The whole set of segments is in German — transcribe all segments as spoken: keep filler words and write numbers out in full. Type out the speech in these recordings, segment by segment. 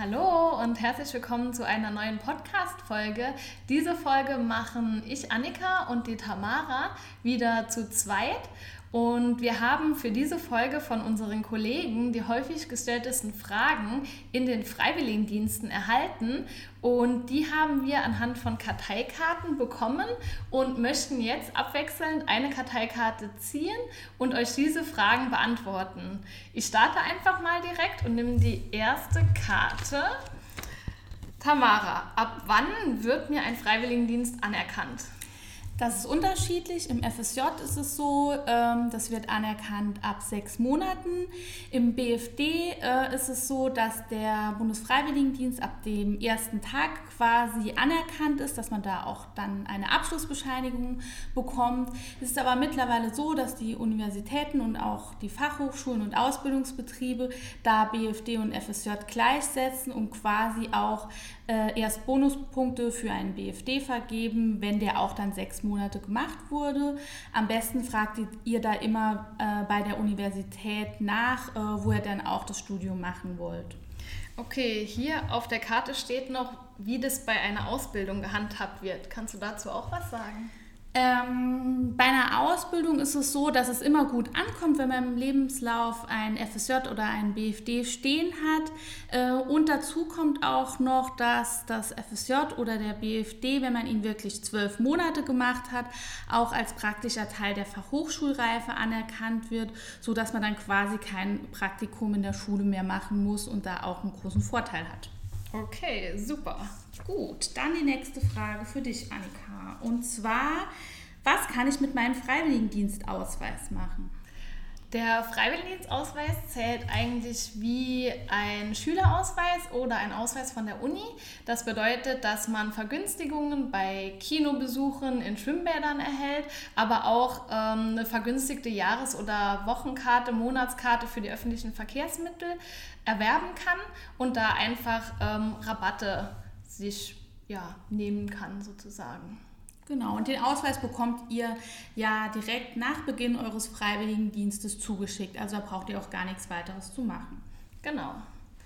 Hallo und herzlich willkommen zu einer neuen Podcast-Folge. Diese Folge machen ich, Annika, und die Tamara wieder zu zweit. Und wir haben für diese Folge von unseren Kollegen die häufig gestelltesten Fragen in den Freiwilligendiensten erhalten. Und die haben wir anhand von Karteikarten bekommen und möchten jetzt abwechselnd eine Karteikarte ziehen und euch diese Fragen beantworten. Ich starte einfach mal direkt und nehme die erste Karte. Tamara, ab wann wird mir ein Freiwilligendienst anerkannt? Das ist unterschiedlich. Im F S J ist es so, ähm, das wird anerkannt ab sechs Monaten. Im B F D äh, ist es so, dass der Bundesfreiwilligendienst ab dem ersten Tag quasi anerkannt ist, dass man da auch dann eine Abschlussbescheinigung bekommt. Es ist aber mittlerweile so, dass die Universitäten und auch die Fachhochschulen und Ausbildungsbetriebe da B F D und F S J gleichsetzen und quasi auch äh, erst Bonuspunkte für einen B F D vergeben, wenn der auch dann sechs Monate gemacht wurde. Am besten fragt ihr da immer äh, bei der Universität nach, äh, wo ihr dann auch das Studium machen wollt. Okay, hier auf der Karte steht noch, wie das bei einer Ausbildung gehandhabt wird. Kannst du dazu auch was sagen? Ähm, bei einer Ausbildung ist es so, dass es immer gut ankommt, wenn man im Lebenslauf ein F S J oder ein B F D stehen hat. Äh, und dazu kommt auch noch, dass das F S J oder der B F D, wenn man ihn wirklich zwölf Monate gemacht hat, auch als praktischer Teil der Fachhochschulreife anerkannt wird, sodass man dann quasi kein Praktikum in der Schule mehr machen muss und da auch einen großen Vorteil hat. Okay, super. Gut, dann die nächste Frage für dich, Annika. Und zwar, was kann ich mit meinem Freiwilligendienstausweis machen? Der Freiwilligendienstausweis zählt eigentlich wie ein Schülerausweis oder ein Ausweis von der Uni. Das bedeutet, dass man Vergünstigungen bei Kinobesuchen in Schwimmbädern erhält, aber auch ähm, eine vergünstigte Jahres- oder Wochenkarte, Monatskarte für die öffentlichen Verkehrsmittel erwerben kann und da einfach ähm, Rabatte sich ja, nehmen kann sozusagen. Genau, und den Ausweis bekommt ihr ja direkt nach Beginn eures Freiwilligendienstes zugeschickt. Also da braucht ihr auch gar nichts weiteres zu machen. Genau.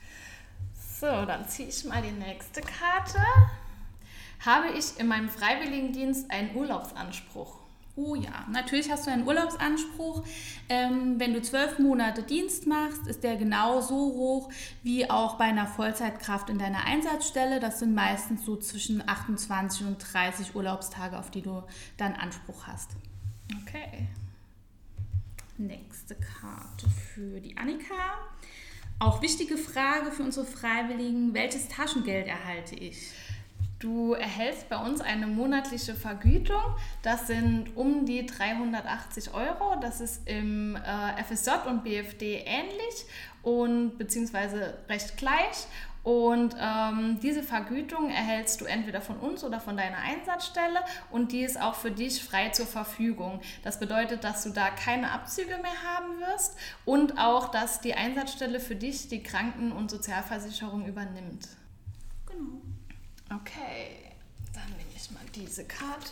So, dann ziehe ich mal die nächste Karte. Habe ich in meinem Freiwilligendienst einen Urlaubsanspruch? Oh ja, natürlich hast du einen Urlaubsanspruch. Ähm, wenn du zwölf Monate Dienst machst, ist der genauso hoch wie auch bei einer Vollzeitkraft in deiner Einsatzstelle. Das sind meistens so zwischen achtundzwanzig und dreißig Urlaubstage, auf die du dann Anspruch hast. Okay. Nächste Karte für die Annika. Auch wichtige Frage für unsere Freiwilligen. Welches Taschengeld erhalte ich? Du erhältst bei uns eine monatliche Vergütung, das sind um die dreihundertachtzig Euro, das ist im äh, F S J und B F D ähnlich und beziehungsweise recht gleich und ähm, diese Vergütung erhältst du entweder von uns oder von deiner Einsatzstelle und die ist auch für dich frei zur Verfügung. Das bedeutet, dass du da keine Abzüge mehr haben wirst und auch, dass die Einsatzstelle für dich die Kranken- und Sozialversicherung übernimmt. Genau. Okay, dann nehme ich mal diese Karte.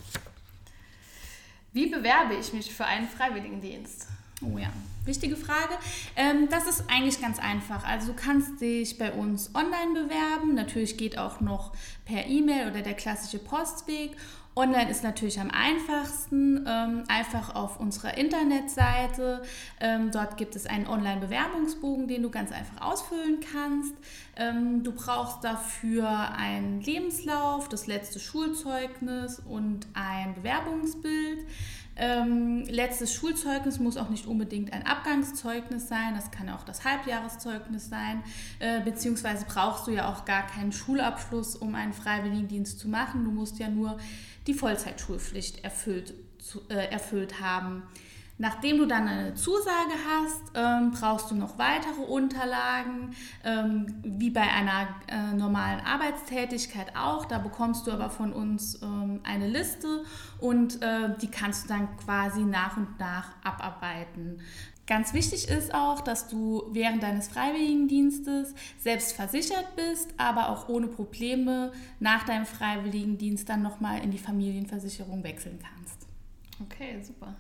Wie bewerbe ich mich für einen Freiwilligendienst? Oh ja, wichtige Frage. Ähm, das ist eigentlich ganz einfach. Also du kannst dich bei uns online bewerben. Natürlich geht auch noch per E-Mail oder der klassische Postweg. Online ist natürlich am einfachsten, ähm, einfach auf unserer Internetseite. Ähm, dort gibt es einen Online-Bewerbungsbogen, den du ganz einfach ausfüllen kannst. Ähm, du brauchst dafür einen Lebenslauf, das letzte Schulzeugnis und ein Bewerbungsbild. Ähm, letztes Schulzeugnis muss auch nicht unbedingt ein Abgangszeugnis sein, das kann auch das Halbjahreszeugnis sein, äh, beziehungsweise brauchst du ja auch gar keinen Schulabschluss, um einen Freiwilligendienst zu machen. Du musst ja nur die Vollzeitschulpflicht erfüllt, zu, äh, erfüllt haben. Nachdem du dann eine Zusage hast, ähm, brauchst du noch weitere Unterlagen, ähm, wie bei einer äh, normalen Arbeitstätigkeit auch. Da bekommst du aber von uns ähm, eine Liste und äh, die kannst du dann quasi nach und nach abarbeiten. Ganz wichtig ist auch, dass du während deines Freiwilligendienstes selbst versichert bist, aber auch ohne Probleme nach deinem Freiwilligendienst dann nochmal in die Familienversicherung wechseln kannst. Okay, super.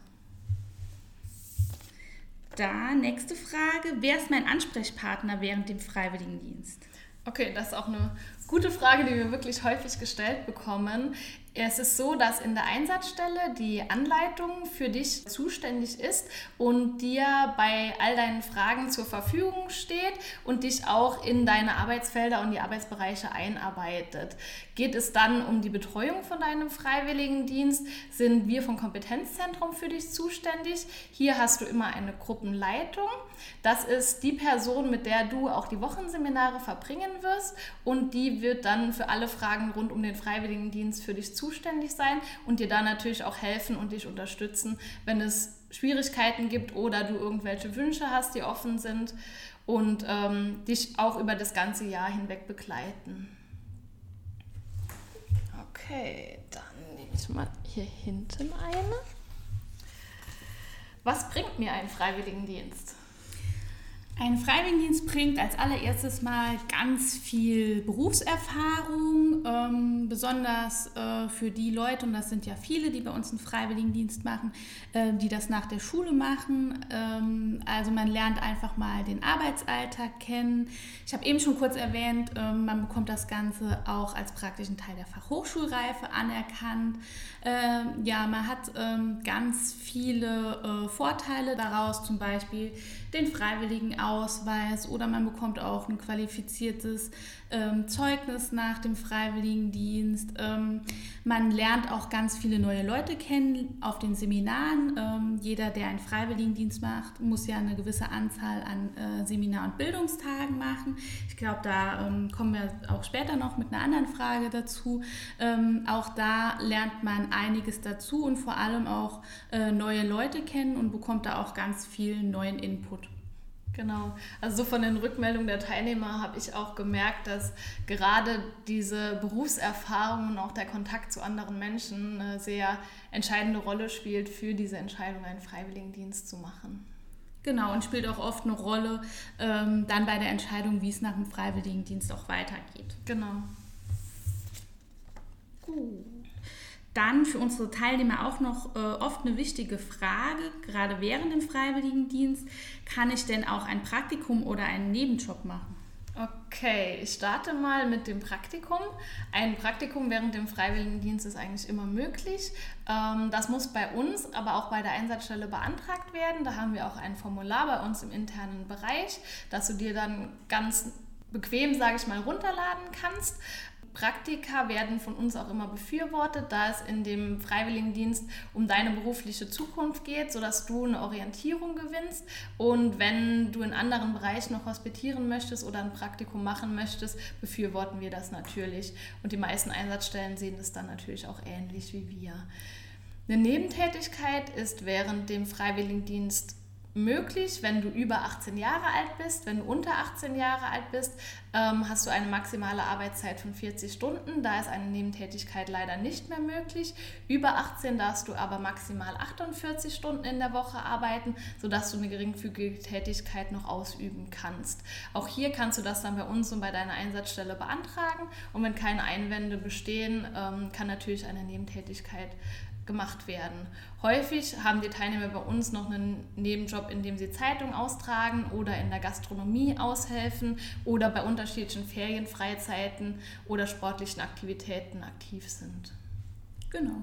Da nächste Frage. Wer ist mein Ansprechpartner während dem Freiwilligendienst? Okay, das ist auch eine gute Frage, die wir wirklich häufig gestellt bekommen. Es ist so, dass in der Einsatzstelle die Anleitung für dich zuständig ist und dir bei all deinen Fragen zur Verfügung steht und dich auch in deine Arbeitsfelder und die Arbeitsbereiche einarbeitet. Geht es dann um die Betreuung von deinem Freiwilligendienst, sind wir vom Kompetenzzentrum für dich zuständig. Hier hast du immer eine Gruppenleitung. Das ist die Person, mit der du auch die Wochenseminare verbringen wirst, und die wird dann für alle Fragen rund um den Freiwilligendienst für dich zuständig zuständig sein und dir da natürlich auch helfen und dich unterstützen, wenn es Schwierigkeiten gibt oder du irgendwelche Wünsche hast, die offen sind, und ähm, dich auch über das ganze Jahr hinweg begleiten. Okay, dann nehme ich mal hier hinten eine. Was bringt mir ein Freiwilligendienst? Ein Freiwilligendienst bringt als allererstes mal ganz viel Berufserfahrung, ähm, besonders äh, für die Leute, und das sind ja viele, die bei uns einen Freiwilligendienst machen, äh, die das nach der Schule machen. Ähm, also man lernt einfach mal den Arbeitsalltag kennen. Ich habe eben schon kurz erwähnt, ähm, man bekommt das Ganze auch als praktischen Teil der Fachhochschulreife anerkannt. Ähm, ja, man hat ähm, ganz viele äh, Vorteile daraus, zum Beispiel den Freiwilligenausweis, oder man bekommt auch ein qualifiziertes ähm, Zeugnis nach dem Freiwilligendienst. Ähm, man lernt auch ganz viele neue Leute kennen auf den Seminaren. Ähm, jeder, der einen Freiwilligendienst macht, muss ja eine gewisse Anzahl an äh, Seminar- und Bildungstagen machen. Ich glaube, da ähm, kommen wir auch später noch mit einer anderen Frage dazu. Ähm, auch da lernt man einiges dazu und vor allem auch äh, neue Leute kennen und bekommt da auch ganz viel neuen Input. Genau, also so von den Rückmeldungen der Teilnehmer habe ich auch gemerkt, dass gerade diese Berufserfahrung und auch der Kontakt zu anderen Menschen eine sehr entscheidende Rolle spielt für diese Entscheidung, einen Freiwilligendienst zu machen. Genau, und spielt auch oft eine Rolle ähm, dann bei der Entscheidung, wie es nach dem Freiwilligendienst auch weitergeht. Genau. Gut. Dann für unsere Teilnehmer auch noch äh, oft eine wichtige Frage, gerade während dem Freiwilligendienst: Kann ich denn auch ein Praktikum oder einen Nebenjob machen? Okay, ich starte mal mit dem Praktikum. Ein Praktikum während dem Freiwilligendienst ist eigentlich immer möglich. Ähm, das muss bei uns, aber auch bei der Einsatzstelle beantragt werden. Da haben wir auch ein Formular bei uns im internen Bereich, das du dir dann ganz bequem, sage ich mal, runterladen kannst. Praktika werden von uns auch immer befürwortet, da es in dem Freiwilligendienst um deine berufliche Zukunft geht, sodass du eine Orientierung gewinnst. Und wenn du in anderen Bereichen noch hospitieren möchtest oder ein Praktikum machen möchtest, befürworten wir das natürlich. Und die meisten Einsatzstellen sehen das dann natürlich auch ähnlich wie wir. Eine Nebentätigkeit ist während dem Freiwilligendienst möglich, wenn du über achtzehn Jahre alt bist. Wenn du unter achtzehn Jahre alt bist, ähm, hast du eine maximale Arbeitszeit von vierzig Stunden. Da ist eine Nebentätigkeit leider nicht mehr möglich. Über achtzehn darfst du aber maximal achtundvierzig Stunden in der Woche arbeiten, sodass du eine geringfügige Tätigkeit noch ausüben kannst. Auch hier kannst du das dann bei uns und bei deiner Einsatzstelle beantragen. Und wenn keine Einwände bestehen, ähm, kann natürlich eine Nebentätigkeit gemacht werden. Häufig haben die Teilnehmer bei uns noch einen Nebenjob, in dem sie Zeitung austragen oder in der Gastronomie aushelfen oder bei unterschiedlichen Ferien, Freizeiten oder sportlichen Aktivitäten aktiv sind. Genau.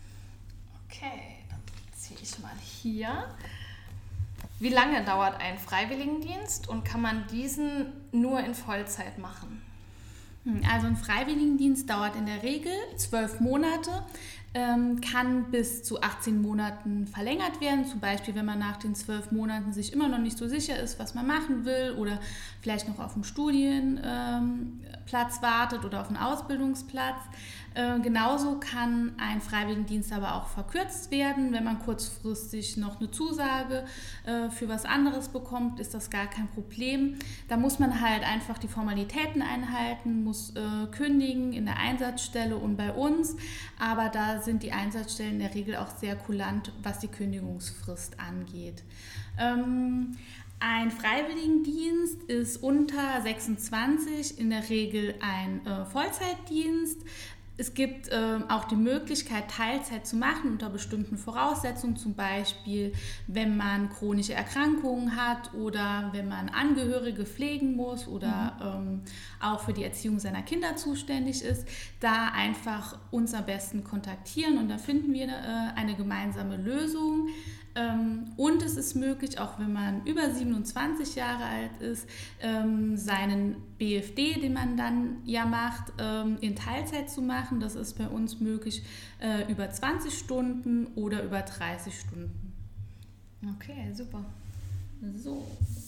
Okay, dann ziehe ich mal hier. Wie lange dauert ein Freiwilligendienst und kann man diesen nur in Vollzeit machen? Also ein Freiwilligendienst dauert in der Regel zwölf Monate, ähm, kann bis zu achtzehn Monaten verlängert werden. Zum Beispiel, wenn man nach den zwölf Monaten sich immer noch nicht so sicher ist, was man machen will oder vielleicht noch auf einen Studienplatz ähm, wartet oder auf einen Ausbildungsplatz. Äh, genauso kann ein Freiwilligendienst aber auch verkürzt werden. Wenn man kurzfristig noch eine Zusage äh, für was anderes bekommt, ist das gar kein Problem. Da muss man halt einfach die Formalitäten einhalten, muss äh, kündigen in der Einsatzstelle und bei uns. Aber da sind die Einsatzstellen in der Regel auch sehr kulant, was die Kündigungsfrist angeht. Ähm, Ein Freiwilligendienst ist unter sechsundzwanzig in der Regel ein äh, Vollzeitdienst. Es gibt äh, auch die Möglichkeit, Teilzeit zu machen unter bestimmten Voraussetzungen, zum Beispiel, wenn man chronische Erkrankungen hat oder wenn man Angehörige pflegen muss oder mhm. ähm, auch für die Erziehung seiner Kinder zuständig ist, da einfach uns am besten kontaktieren und da finden wir äh, eine gemeinsame Lösung. Und es ist möglich, auch wenn man über siebenundzwanzig Jahre alt ist, seinen B F D, den man dann ja macht, in Teilzeit zu machen. Das ist bei uns möglich über zwanzig Stunden oder über dreißig Stunden. Okay, super. So.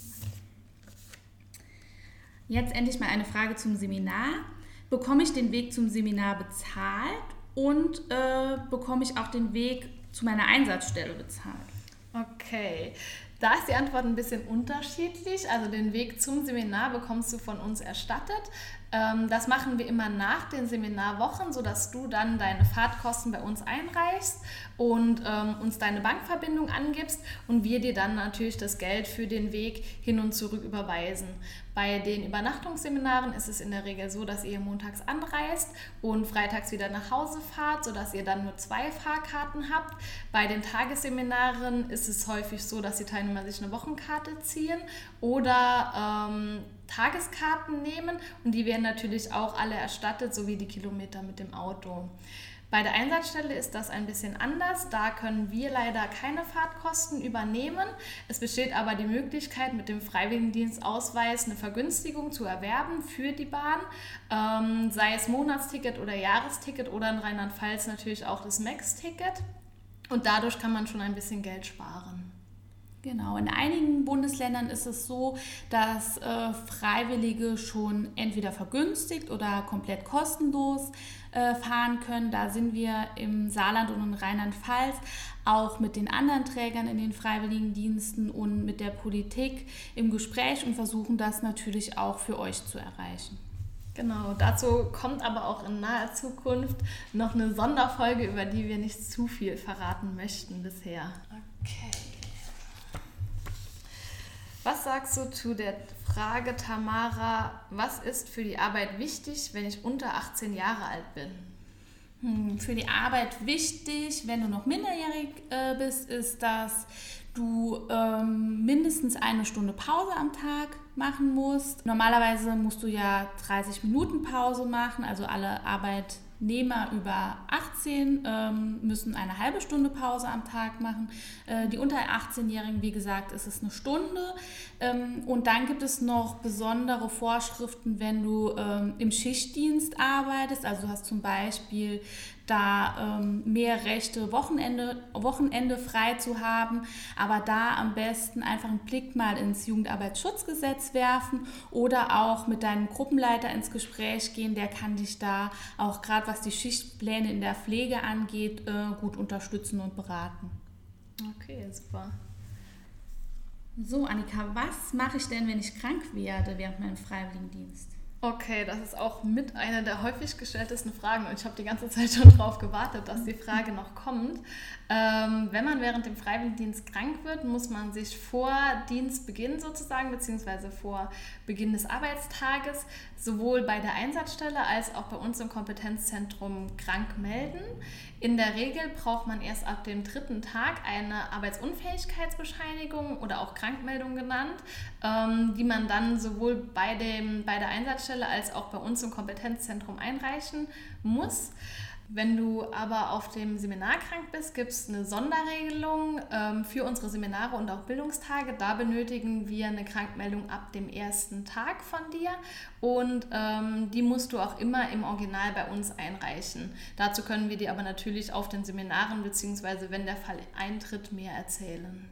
Jetzt endlich mal eine Frage zum Seminar. Bekomme ich den Weg zum Seminar bezahlt und äh, bekomme ich auch den Weg zu meiner Einsatzstelle bezahlt? Okay, da ist die Antwort ein bisschen unterschiedlich. Also den Weg zum Seminar bekommst du von uns erstattet. Das machen wir immer nach den Seminarwochen, sodass du dann deine Fahrtkosten bei uns einreichst und ähm, uns deine Bankverbindung angibst und wir dir dann natürlich das Geld für den Weg hin und zurück überweisen. Bei den Übernachtungsseminaren ist es in der Regel so, dass ihr montags anreist und freitags wieder nach Hause fahrt, sodass ihr dann nur zwei Fahrkarten habt. Bei den Tagesseminaren ist es häufig so, dass die Teilnehmer sich eine Wochenkarte ziehen oder ähm, Tageskarten nehmen und die werden natürlich auch alle erstattet, sowie die Kilometer mit dem Auto. Bei der Einsatzstelle ist das ein bisschen anders, da können wir leider keine Fahrtkosten übernehmen. Es besteht aber die Möglichkeit, mit dem Freiwilligendienstausweis eine Vergünstigung zu erwerben für die Bahn, ähm, sei es Monatsticket oder Jahresticket oder in Rheinland-Pfalz natürlich auch das Max-Ticket und dadurch kann man schon ein bisschen Geld sparen. Genau, in einigen Bundesländern ist es so, dass äh, Freiwillige schon entweder vergünstigt oder komplett kostenlos äh, fahren können. Da sind wir im Saarland und in Rheinland-Pfalz auch mit den anderen Trägern in den Freiwilligendiensten und mit der Politik im Gespräch und versuchen das natürlich auch für euch zu erreichen. Genau, dazu kommt aber auch in naher Zukunft noch eine Sonderfolge, über die wir nicht zu viel verraten möchten bisher. Okay. Was sagst du zu der Frage, Tamara, was ist für die Arbeit wichtig, wenn ich unter achtzehn Jahre alt bin? Hm, für die Arbeit wichtig, wenn du noch minderjährig äh, bist, ist, dass du ähm, mindestens eine Stunde Pause am Tag machen musst. Normalerweise musst du ja dreißig Minuten Pause machen, also alle Arbeitnehmer über achtzehn ähm, müssen eine halbe Stunde Pause am Tag machen. Äh, die unter achtzehnjährigen, wie gesagt, ist es eine Stunde. Ähm, und dann gibt es noch besondere Vorschriften, wenn du ähm, im Schichtdienst arbeitest. Also du hast zum Beispiel da ähm, mehr Rechte, Wochenende, Wochenende frei zu haben, aber da am besten einfach einen Blick mal ins Jugendarbeitsschutzgesetz werfen oder auch mit deinem Gruppenleiter ins Gespräch gehen, der kann dich da auch gerade was die Schichtpläne in der Pflege angeht, äh, gut unterstützen und beraten. Okay, super. So, Annika, was mache ich denn, wenn ich krank werde während meinem Freiwilligendienst? Okay, das ist auch mit einer der häufig gestelltesten Fragen und ich habe die ganze Zeit schon darauf gewartet, dass die Frage noch kommt. Ähm, wenn man während dem Freiwilligendienst krank wird, muss man sich vor Dienstbeginn sozusagen, beziehungsweise vor Beginn des Arbeitstages, sowohl bei der Einsatzstelle als auch bei uns im Kompetenzzentrum krank melden. In der Regel braucht man erst ab dem dritten Tag eine Arbeitsunfähigkeitsbescheinigung oder auch Krankmeldung genannt, ähm, die man dann sowohl bei, dem, bei der Einsatzstelle als auch bei uns im Kompetenzzentrum einreichen muss. Wenn du aber auf dem Seminar krank bist, gibt es eine Sonderregelung ähm, für unsere Seminare und auch Bildungstage. Da benötigen wir eine Krankmeldung ab dem ersten Tag von dir und ähm, die musst du auch immer im Original bei uns einreichen. Dazu können wir dir aber natürlich auf den Seminaren bzw. wenn der Fall eintritt, mehr erzählen.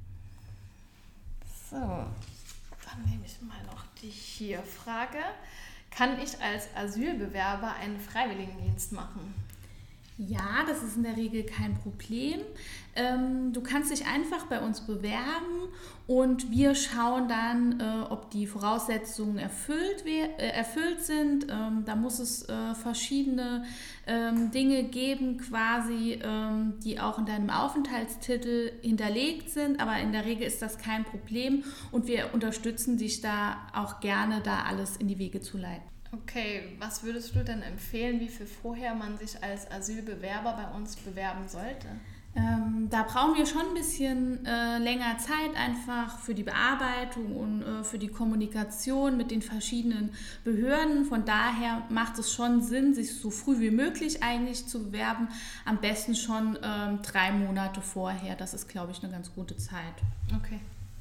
So, dann nehme ich mal noch die hier Frage. Kann ich als Asylbewerber einen Freiwilligendienst machen? Ja, das ist in der Regel kein Problem. Ähm, du kannst dich einfach bei uns bewerben und wir schauen dann, äh, ob die Voraussetzungen erfüllt, äh, erfüllt sind. Ähm, da muss es äh, verschiedene ähm, Dinge geben, quasi, ähm, die auch in deinem Aufenthaltstitel hinterlegt sind, aber in der Regel ist das kein Problem und wir unterstützen dich da auch gerne, da alles in die Wege zu leiten. Okay, was würdest du denn empfehlen, wie viel vorher man sich als Asylbewerber bei uns bewerben sollte? Ähm, da brauchen wir schon ein bisschen äh, länger Zeit einfach für die Bearbeitung und äh, für die Kommunikation mit den verschiedenen Behörden. Von daher macht es schon Sinn, sich so früh wie möglich eigentlich zu bewerben. Am besten schon ähm, drei Monate vorher. Das ist, glaube ich, eine ganz gute Zeit. Okay.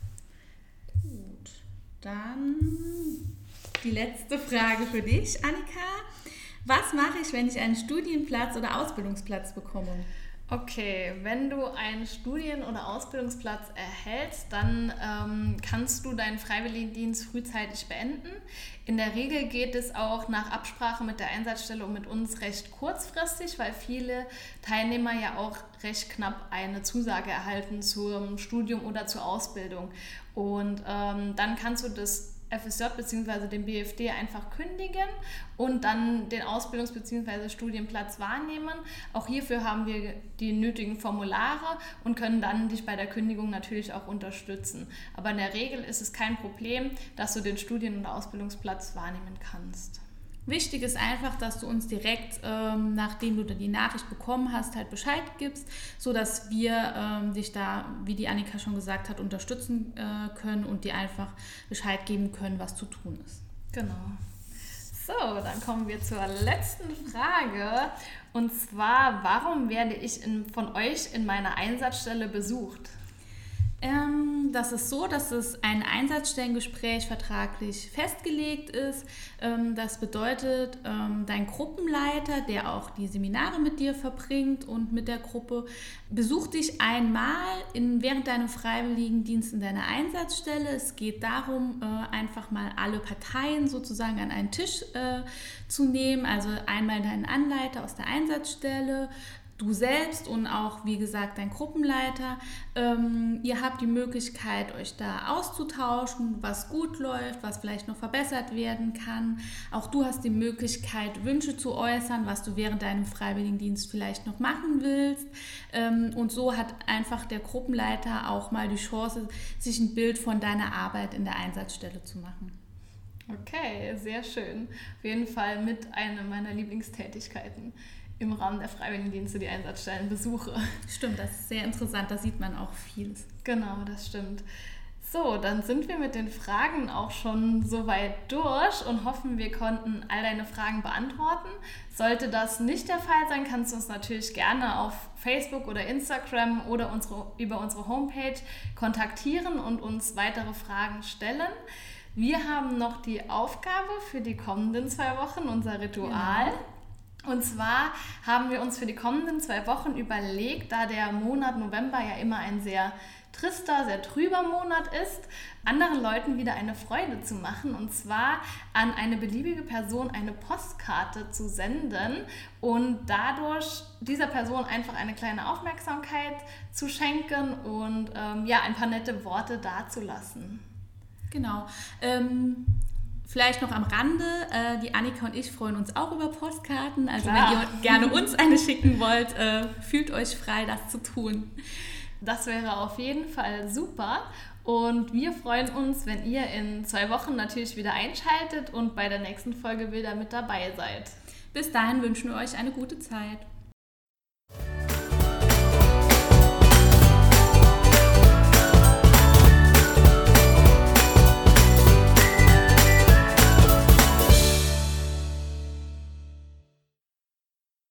Gut, dann die letzte Frage für dich, Annika. Was mache ich, wenn ich einen Studienplatz oder Ausbildungsplatz bekomme? Okay, wenn du einen Studien- oder Ausbildungsplatz erhältst, dann ähm, kannst du deinen Freiwilligendienst frühzeitig beenden. In der Regel geht es auch nach Absprache mit der Einsatzstelle und mit uns recht kurzfristig, weil viele Teilnehmer ja auch recht knapp eine Zusage erhalten zum Studium oder zur Ausbildung. Und ähm, dann kannst du das F S J bzw. den B F D einfach kündigen und dann den Ausbildungs- bzw. Studienplatz wahrnehmen. Auch hierfür haben wir die nötigen Formulare und können dann dich bei der Kündigung natürlich auch unterstützen. Aber in der Regel ist es kein Problem, dass du den Studien- oder Ausbildungsplatz wahrnehmen kannst. Wichtig ist einfach, dass du uns direkt, ähm, nachdem du die Nachricht bekommen hast, halt Bescheid gibst, sodass wir ähm, dich da, wie die Annika schon gesagt hat, unterstützen äh, können und dir einfach Bescheid geben können, was zu tun ist. Genau. So, dann kommen wir zur letzten Frage. Und zwar, warum werde ich in, von euch in meiner Einsatzstelle besucht? Ähm, das ist so, dass es ein Einsatzstellengespräch vertraglich festgelegt ist. Ähm, das bedeutet, ähm, dein Gruppenleiter, der auch die Seminare mit dir verbringt und mit der Gruppe, besucht dich einmal in, während deinem Freiwilligendienst in deiner Einsatzstelle. Es geht darum, äh, einfach mal alle Parteien sozusagen an einen Tisch äh, zu nehmen. Also einmal deinen Anleiter aus der Einsatzstelle, du selbst und auch, wie gesagt, dein Gruppenleiter. Ähm, ihr habt die Möglichkeit, euch da auszutauschen, was gut läuft, was vielleicht noch verbessert werden kann. Auch du hast die Möglichkeit, Wünsche zu äußern, was du während deinem Freiwilligendienst vielleicht noch machen willst. Ähm, und so hat einfach der Gruppenleiter auch mal die Chance, sich ein Bild von deiner Arbeit in der Einsatzstelle zu machen. Okay, sehr schön. Auf jeden Fall mit einer meiner Lieblingstätigkeiten im Rahmen der Freiwilligendienste, die Einsatzstellenbesuche. Stimmt, das ist sehr interessant, da sieht man auch vieles. Genau, das stimmt. So, dann sind wir mit den Fragen auch schon soweit durch und hoffen, wir konnten all deine Fragen beantworten. Sollte das nicht der Fall sein, kannst du uns natürlich gerne auf Facebook oder Instagram oder unsere, über unsere Homepage kontaktieren und uns weitere Fragen stellen. Wir haben noch die Aufgabe für die kommenden zwei Wochen, unser Ritual. Genau. Und zwar haben wir uns für die kommenden zwei Wochen überlegt, da der Monat November ja immer ein sehr trister, sehr trüber Monat ist, anderen Leuten wieder eine Freude zu machen und zwar an eine beliebige Person eine Postkarte zu senden und dadurch dieser Person einfach eine kleine Aufmerksamkeit zu schenken und ähm, ja, ein paar nette Worte dazulassen. Genau. Ähm Vielleicht noch am Rande, äh, die Annika und ich freuen uns auch über Postkarten. Also Klar. Wenn ihr gerne uns eine schicken wollt, äh, fühlt euch frei, das zu tun. Das wäre auf jeden Fall super. Und wir freuen uns, wenn ihr in zwei Wochen natürlich wieder einschaltet und bei der nächsten Folge wieder mit dabei seid. Bis dahin wünschen wir euch eine gute Zeit.